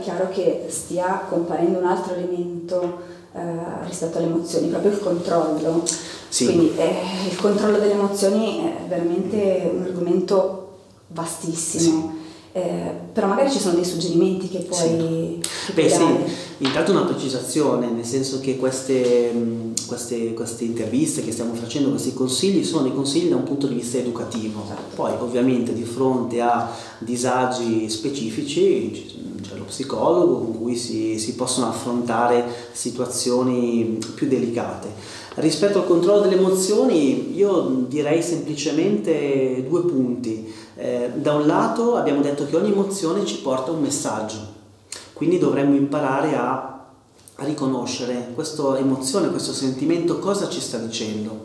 chiaro che stia comparendo un altro elemento rispetto alle emozioni, proprio il controllo. Sì. Quindi il controllo delle emozioni è veramente un argomento vastissimo. Sì. Però magari ci sono dei suggerimenti che puoi sì, intanto una precisazione, nel senso che queste interviste che stiamo facendo, questi consigli, sono dei consigli da un punto di vista educativo. Poi ovviamente di fronte a disagi specifici c'è lo psicologo con cui si possono affrontare situazioni più delicate. Rispetto al controllo delle emozioni, io direi semplicemente due punti. Da un lato abbiamo detto che ogni emozione ci porta un messaggio, quindi dovremmo imparare a riconoscere questa emozione, questo sentimento, cosa ci sta dicendo.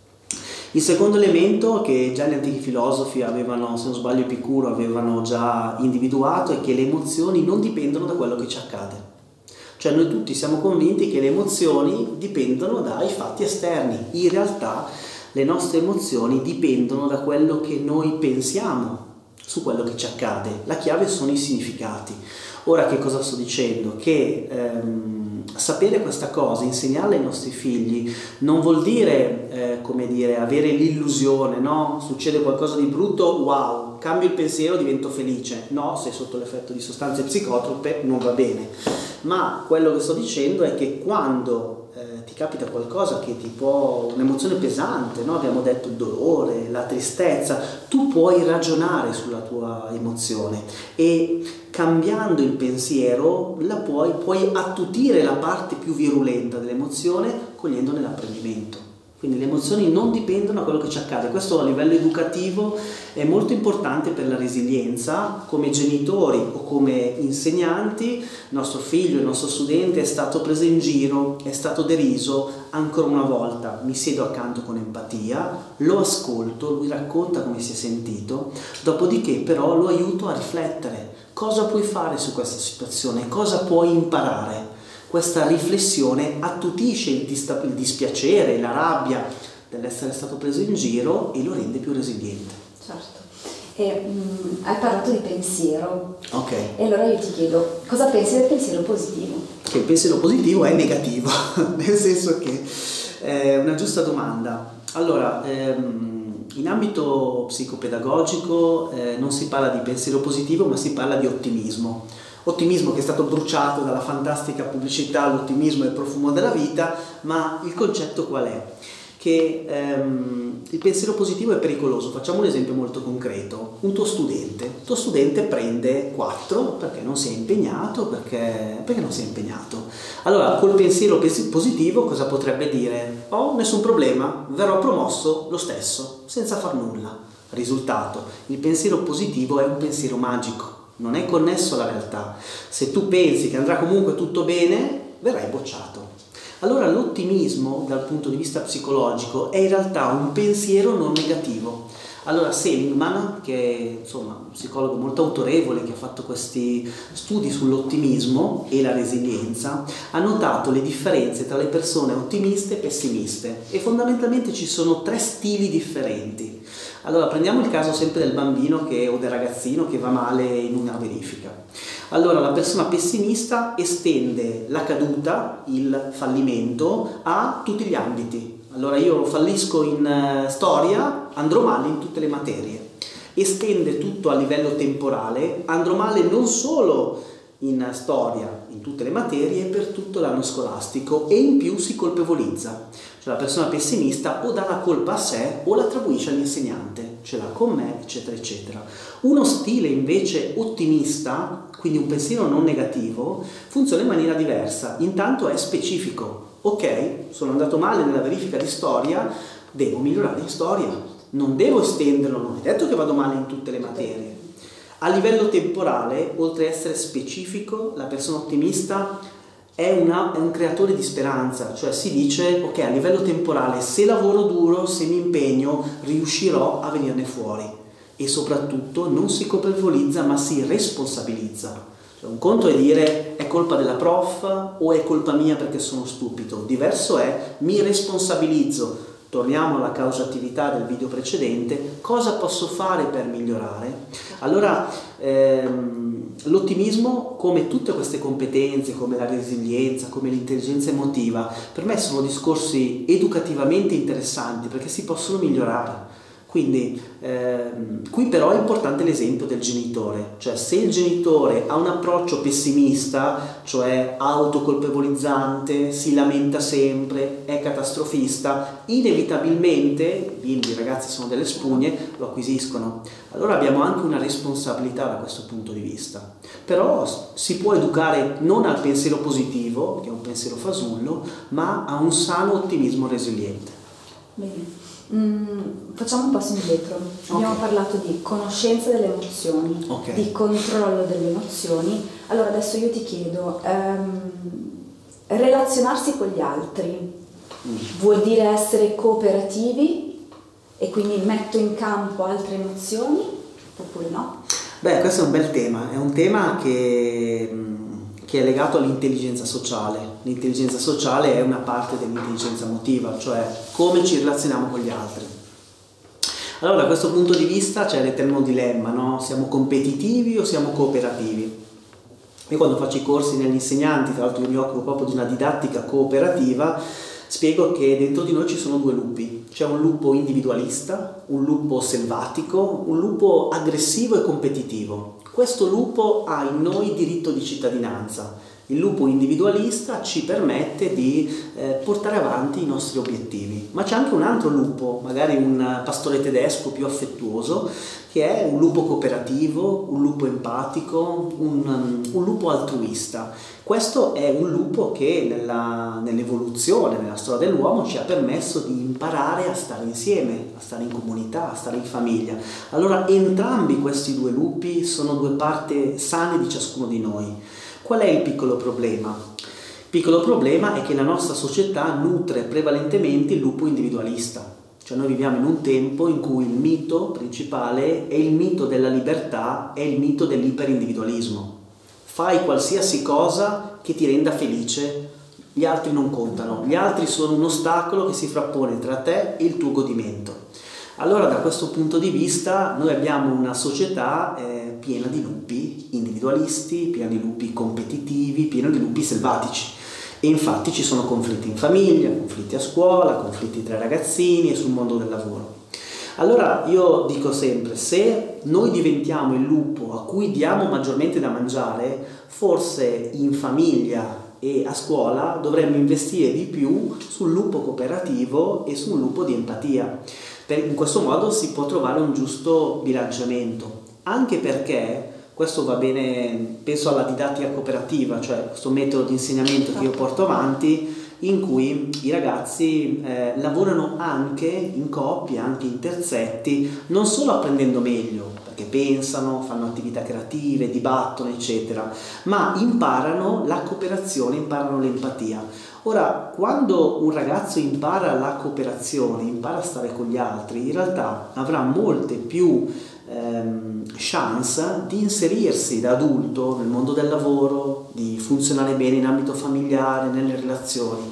Il secondo elemento che già gli antichi filosofi avevano, se non sbaglio Epicuro, avevano già individuato, è che le emozioni non dipendono da quello che ci accade. Cioè noi tutti siamo convinti che le emozioni dipendono dai fatti esterni. In realtà le nostre emozioni dipendono da quello che noi pensiamo su quello che ci accade. La chiave sono i significati. Ora che cosa sto dicendo? Che sapere questa cosa, insegnarla ai nostri figli, non vuol dire, avere l'illusione, no? Succede qualcosa di brutto, wow, cambio il pensiero, divento felice. No, sei sotto l'effetto di sostanze psicotrope, non va bene. Ma quello che sto dicendo è che quando ti capita qualcosa che ti può, un'emozione pesante, no? Abbiamo detto il dolore, la tristezza, tu puoi ragionare sulla tua emozione e cambiando il pensiero puoi attutire la parte più virulenta dell'emozione cogliendone l'apprendimento. Quindi le emozioni non dipendono da quello che ci accade. Questo a livello educativo è molto importante per la resilienza. Come genitori o come insegnanti, il nostro figlio, il nostro studente è stato preso in giro, è stato deriso, ancora una volta mi siedo accanto con empatia, lo ascolto, lui racconta come si è sentito, dopodiché però lo aiuto a riflettere. Cosa puoi fare su questa situazione? Cosa puoi imparare? Questa riflessione attutisce il dispiacere, la rabbia dell'essere stato preso in giro e lo rende più resiliente. Certo. Hai parlato di pensiero. Ok. E allora io ti chiedo, cosa pensi del pensiero positivo? Che il pensiero positivo è negativo, nel senso che è una giusta domanda. Allora, in ambito psicopedagogico non si parla di pensiero positivo, ma si parla di ottimismo. Ottimismo che è stato bruciato dalla fantastica pubblicità, l'ottimismo è il profumo della vita, ma il concetto qual è? Che il pensiero positivo è pericoloso. Facciamo un esempio molto concreto. Un tuo studente prende 4 perché non si è impegnato, perché non si è impegnato. Allora, col pensiero positivo cosa potrebbe dire? Oh, nessun problema, verrò promosso lo stesso, senza far nulla. Risultato, il pensiero positivo è un pensiero magico. Non è connesso alla realtà. Se tu pensi che andrà comunque tutto bene, verrai bocciato. Allora l'ottimismo dal punto di vista psicologico è in realtà un pensiero non negativo. Allora Seligman, che è insomma un psicologo molto autorevole che ha fatto questi studi sull'ottimismo e la resilienza, ha notato le differenze tra le persone ottimiste e pessimiste e fondamentalmente ci sono 3 stili differenti. Allora prendiamo il caso sempre del bambino o del ragazzino che va male in una verifica. Allora la persona pessimista estende la caduta, il fallimento a tutti gli ambiti. Allora io fallisco in storia, andrò male in tutte le materie. Estende tutto a livello temporale, andrò male non solo in storia, in tutte le materie, per tutto l'anno scolastico e in più si colpevolizza. Cioè la persona pessimista o dà la colpa a sé o la attribuisce all'insegnante, ce l'ha con me, eccetera, eccetera. Uno stile invece ottimista, quindi un pensiero non negativo, funziona in maniera diversa. Intanto è specifico. Ok, sono andato male nella verifica di storia, devo migliorare in storia. Non devo estenderlo, non è detto che vado male in tutte le materie. A livello temporale, oltre a essere specifico, la persona ottimista è un creatore di speranza, cioè si dice, ok, a livello temporale, se lavoro duro, se mi impegno, riuscirò a venirne fuori. E soprattutto non si colpevolizza, ma si responsabilizza. Cioè, un conto è dire è colpa della prof o è colpa mia perché sono stupido. Diverso è mi responsabilizzo. Torniamo alla causatività del video precedente, cosa posso fare per migliorare? Allora, l'ottimismo, come tutte queste competenze, come la resilienza, come l'intelligenza emotiva, per me sono discorsi educativamente interessanti perché si possono migliorare. Quindi qui però è importante l'esempio del genitore, cioè se il genitore ha un approccio pessimista, cioè autocolpevolizzante, si lamenta sempre, è catastrofista, inevitabilmente i bimbi, i ragazzi sono delle spugne, lo acquisiscono. Allora abbiamo anche una responsabilità da questo punto di vista. Però si può educare non al pensiero positivo, che è un pensiero fasullo, ma a un sano ottimismo resiliente. Bene. Facciamo un passo indietro. Abbiamo parlato di conoscenza delle emozioni, di controllo delle emozioni. Allora adesso io ti chiedo, relazionarsi con gli altri vuol dire essere cooperativi e quindi metto in campo altre emozioni oppure no? Beh, questo è un bel tema, è un tema che è legato all'intelligenza sociale. L'intelligenza sociale è una parte dell'intelligenza emotiva, cioè come ci relazioniamo con gli altri. Allora, da questo punto di vista c'è l'eterno dilemma, no? Siamo competitivi o siamo cooperativi? Io quando faccio i corsi negli insegnanti, tra l'altro io mi occupo proprio di una didattica cooperativa, spiego che dentro di noi ci sono due lupi. C'è un lupo individualista, un lupo selvatico, un lupo aggressivo e competitivo. Questo lupo ha in noi diritto di cittadinanza. Il lupo individualista ci permette di portare avanti i nostri obiettivi. Ma c'è anche un altro lupo, magari un pastore tedesco più affettuoso, che è un lupo cooperativo, un lupo empatico, un lupo altruista. Questo è un lupo che nell'evoluzione, nella storia dell'uomo, ci ha permesso di imparare a stare insieme, a stare in comunità, a stare in famiglia. Allora entrambi questi due lupi sono due parti sane di ciascuno di noi. Qual è il piccolo problema? Il piccolo problema è che la nostra società nutre prevalentemente il lupo individualista. Cioè noi viviamo in un tempo in cui il mito principale è il mito della libertà, è il mito dell'iperindividualismo. Fai qualsiasi cosa che ti renda felice, gli altri non contano, gli altri sono un ostacolo che si frappone tra te e il tuo godimento. Allora da questo punto di vista noi abbiamo una società piena di lupi individualisti, piena di lupi competitivi, piena di lupi selvatici. E infatti ci sono conflitti in famiglia, conflitti a scuola, conflitti tra ragazzini e sul mondo del lavoro. Allora io dico sempre, se noi diventiamo il lupo a cui diamo maggiormente da mangiare, forse in famiglia e a scuola dovremmo investire di più sul lupo cooperativo e sul lupo di empatia. In questo modo si può trovare un giusto bilanciamento, anche perché questo va bene, penso alla didattica cooperativa, cioè questo metodo di insegnamento che io porto avanti, in cui i ragazzi lavorano anche in coppie, anche in terzetti, non solo apprendendo meglio, perché pensano, fanno attività creative, dibattono, eccetera, ma imparano la cooperazione, imparano l'empatia. Ora, quando un ragazzo impara la cooperazione, impara a stare con gli altri, in realtà avrà molte più chance di inserirsi da adulto nel mondo del lavoro, di funzionare bene in ambito familiare, nelle relazioni.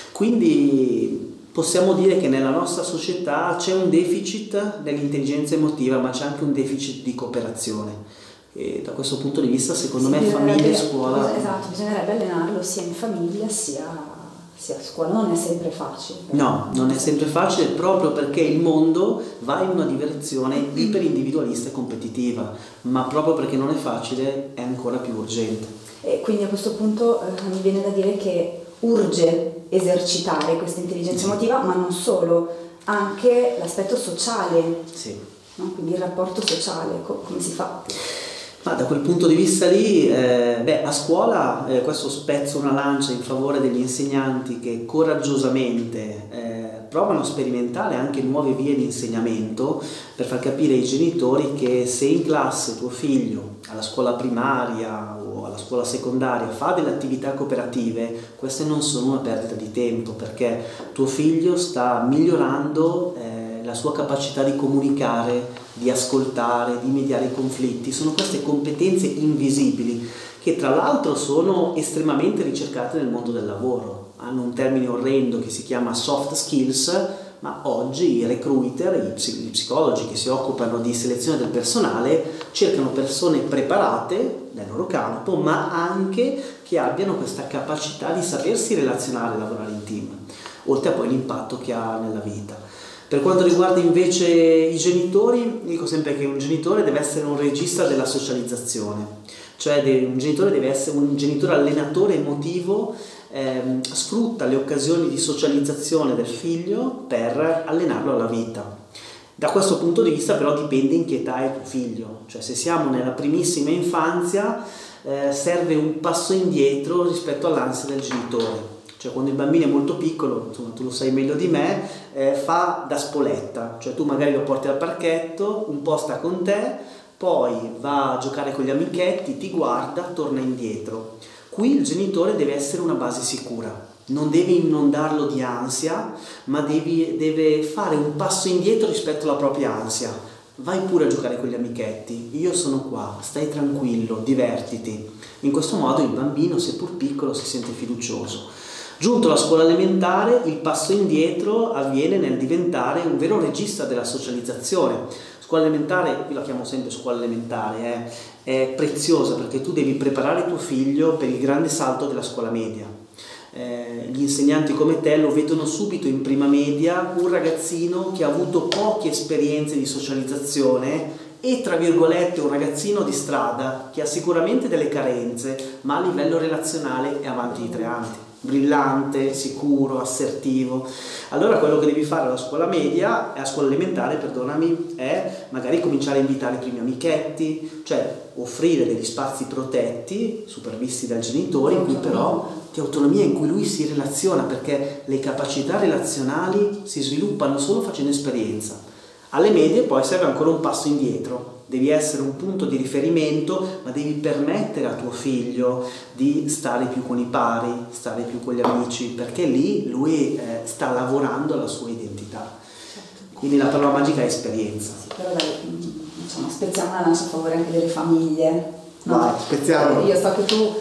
Quindi possiamo dire che nella nostra società c'è un deficit dell'intelligenza emotiva, ma c'è anche un deficit di cooperazione. E da questo punto di vista, secondo me, famiglia e scuola... Esatto, bisognerebbe allenarlo sia in famiglia sia a scuola. Non è sempre facile. No, non è sempre facile proprio perché il mondo va in una direzione iperindividualista e competitiva, ma proprio perché non è facile è ancora più urgente. E quindi a questo punto mi viene da dire che urge esercitare questa intelligenza emotiva, ma non solo, anche l'aspetto sociale, no? Quindi il rapporto sociale, come si fa? Ma da quel punto di vista lì, a scuola questo spezzo una lancia in favore degli insegnanti che coraggiosamente provano a sperimentare anche nuove vie di insegnamento per far capire ai genitori che se in classe tuo figlio alla scuola primaria o alla scuola secondaria fa delle attività cooperative, queste non sono una perdita di tempo, perché tuo figlio sta migliorando la sua capacità di comunicare, di ascoltare, di mediare i conflitti. Sono queste competenze invisibili che tra l'altro sono estremamente ricercate nel mondo del lavoro. Hanno un termine orrendo che si chiama soft skills, ma oggi i recruiter, gli psicologi che si occupano di selezione del personale, cercano persone preparate nel loro campo, ma anche che abbiano questa capacità di sapersi relazionare e lavorare in team, oltre a poi l'impatto che ha nella vita. Per quanto riguarda invece i genitori, dico sempre che un genitore deve essere un regista della socializzazione, cioè un genitore deve essere un genitore allenatore emotivo, sfrutta le occasioni di socializzazione del figlio per allenarlo alla vita. Da questo punto di vista però dipende in che età è tuo figlio, cioè se siamo nella primissima infanzia serve un passo indietro rispetto all'ansia del genitore. Cioè quando il bambino è molto piccolo, insomma tu lo sai meglio di me, fa da spoletta, cioè tu magari lo porti al parchetto, un po' sta con te, poi va a giocare con gli amichetti, ti guarda, torna indietro. Qui il genitore deve essere una base sicura, non deve inondarlo di ansia, ma deve fare un passo indietro rispetto alla propria ansia. Vai pure a giocare con gli amichetti, io sono qua, stai tranquillo, divertiti. In questo modo il bambino, seppur piccolo, si sente fiducioso. Giunto alla scuola elementare, il passo indietro avviene nel diventare un vero regista della socializzazione. Scuola elementare, io la chiamo sempre scuola elementare, è preziosa perché tu devi preparare tuo figlio per il grande salto della scuola media. Gli insegnanti come te lo vedono subito in prima media, un ragazzino che ha avuto poche esperienze di socializzazione e tra virgolette un ragazzino di strada che ha sicuramente delle carenze, ma a livello relazionale è avanti di 3 anni. Brillante, sicuro, assertivo. Allora quello che devi fare alla scuola media, alla scuola elementare, perdonami, è magari cominciare a invitare i primi amichetti, cioè offrire degli spazi protetti, supervisti dai genitori, in cui però di autonomia, in cui lui si relaziona, perché le capacità relazionali si sviluppano solo facendo esperienza. Alle medie poi serve ancora un passo indietro. Devi essere un punto di riferimento, ma devi permettere a tuo figlio di stare più con i pari, stare più con gli amici, perché lì lui sta lavorando alla sua identità. Certo. Quindi la parola magica è esperienza. Sì, però dai, insomma, spezziamo una lancia a favore anche delle famiglie. No? Vai, spezziamo. Io so che tu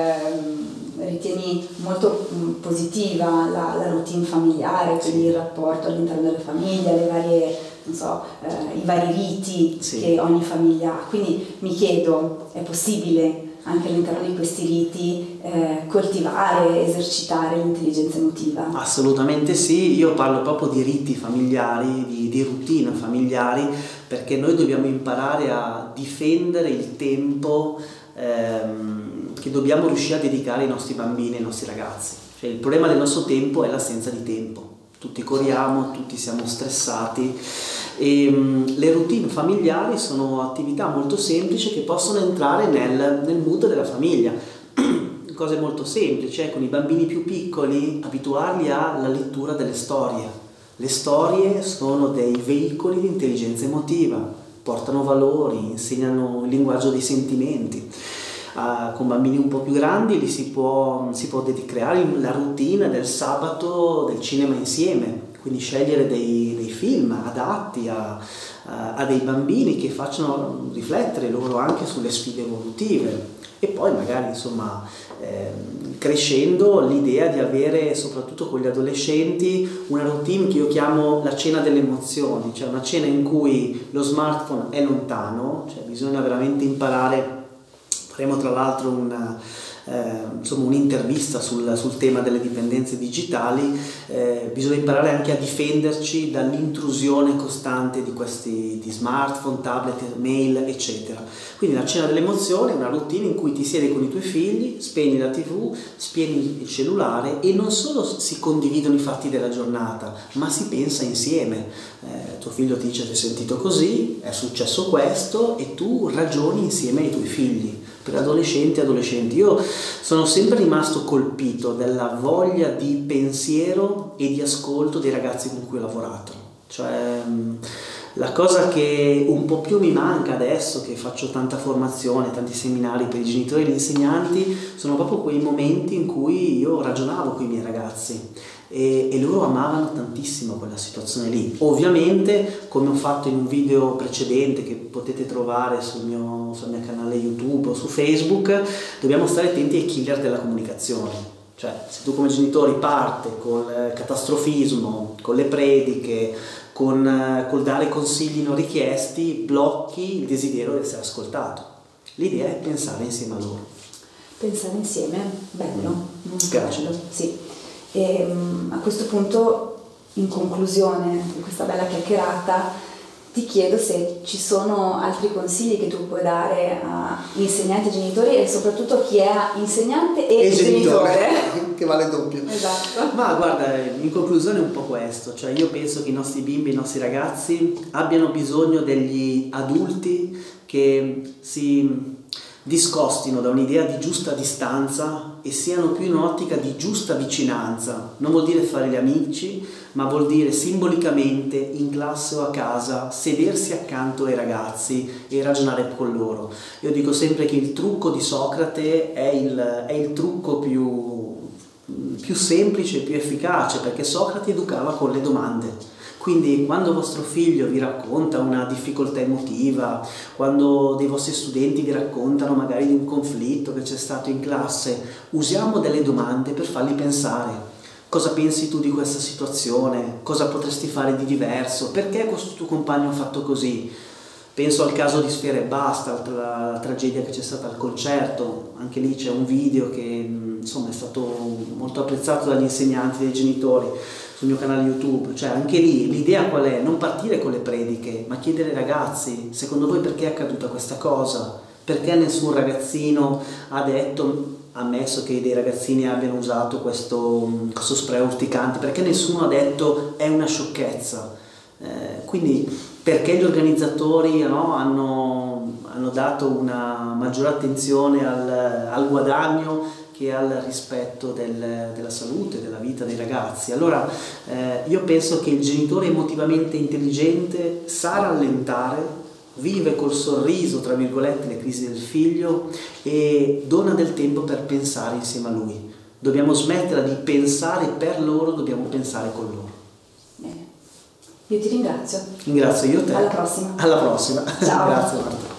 ritieni molto positiva la routine familiare, quindi il rapporto all'interno delle famiglie, le varie, non so, i vari riti che ogni famiglia ha. Quindi mi chiedo, è possibile anche all'interno di questi riti coltivare, esercitare l'intelligenza emotiva? Assolutamente sì, io parlo proprio di riti familiari, di routine familiari, perché noi dobbiamo imparare a difendere il tempo che dobbiamo riuscire a dedicare ai nostri bambini e ai nostri ragazzi. Cioè, il problema del nostro tempo è l'assenza di tempo. Tutti corriamo, tutti siamo stressati e le routine familiari sono attività molto semplici che possono entrare nel mood della famiglia. Cose molto semplici, con i bambini più piccoli abituarli alla lettura delle storie. Le storie sono dei veicoli di intelligenza emotiva, portano valori, insegnano il linguaggio dei sentimenti. Con bambini un po' più grandi si può creare la routine del sabato del cinema insieme, quindi scegliere dei film adatti a dei bambini che facciano riflettere loro anche sulle sfide evolutive. E poi magari insomma crescendo l'idea di avere, soprattutto con gli adolescenti, una routine che io chiamo la cena delle emozioni, cioè una cena in cui lo smartphone è lontano, cioè bisogna veramente imparare. Faremo tra l'altro un'intervista sul tema delle dipendenze digitali. Bisogna imparare anche a difenderci dall'intrusione costante di smartphone, tablet, mail, eccetera. Quindi la cena delle emozioni è una routine in cui ti siedi con i tuoi figli, spegni la TV, spegni il cellulare e non solo si condividono i fatti della giornata, ma si pensa insieme. Tuo figlio ti dice: "Ti sei sentito così, è successo questo", e tu ragioni insieme ai tuoi figli. Per adolescenti, io sono sempre rimasto colpito dalla voglia di pensiero e di ascolto dei ragazzi con cui ho lavorato. Cioè, la cosa che un po' più mi manca adesso che faccio tanta formazione, tanti seminari per i genitori e gli insegnanti, sono proprio quei momenti in cui io ragionavo con i miei ragazzi e loro amavano tantissimo quella situazione lì. Ovviamente, come ho fatto in un video precedente che potete trovare sul mio canale YouTube o su Facebook, dobbiamo stare attenti ai killer della comunicazione. Cioè, se tu come genitori parte col catastrofismo, con le prediche, col dare consigli non richiesti, blocchi il desiderio di essere ascoltato. L'idea è pensare insieme a loro. Pensare insieme, bello, Grazie. Bello, sì. E, a questo punto, in conclusione di questa bella chiacchierata, ti chiedo se ci sono altri consigli che tu puoi dare a insegnanti e genitori, e soprattutto a chi è insegnante e genitore. Che vale doppio. Esatto. Ma guarda, in conclusione è un po' questo, cioè io penso che i nostri bimbi, i nostri ragazzi abbiano bisogno degli adulti che si discostino da un'idea di giusta distanza e siano più in un'ottica di giusta vicinanza. Non vuol dire fare gli amici, ma vuol dire simbolicamente in classe o a casa sedersi accanto ai ragazzi e ragionare con loro. Io dico sempre che il trucco di Socrate è il trucco più semplice e più efficace, perché Socrate educava con le domande. Quindi quando vostro figlio vi racconta una difficoltà emotiva, quando dei vostri studenti vi raccontano magari di un conflitto che c'è stato in classe, usiamo delle domande per farli pensare. Cosa pensi tu di questa situazione? Cosa potresti fare di diverso? Perché questo tuo compagno ha fatto così? Penso al caso di Sfera Ebbasta, la tragedia che c'è stata al concerto. Anche lì c'è un video che insomma è stato molto apprezzato dagli insegnanti, dai genitori, sul mio canale YouTube. Cioè anche lì l'idea qual è? Non partire con le prediche, ma chiedere ai ragazzi: secondo voi perché è accaduta questa cosa? Perché nessun ragazzino ha detto, ammesso che dei ragazzini abbiano usato questo spray urticante, perché nessuno ha detto è una sciocchezza? Quindi perché gli organizzatori hanno dato una maggiore attenzione al guadagno che al rispetto della salute, della vita dei ragazzi? Allora io penso che il genitore emotivamente intelligente sa rallentare, vive col sorriso, tra virgolette, le crisi del figlio e dona del tempo per pensare insieme a lui. Dobbiamo smettere di pensare per loro, dobbiamo pensare con loro. Bene. Io ti ringrazio. Ringrazio io te. Alla prossima. Alla prossima. Ciao. Grazie Marta.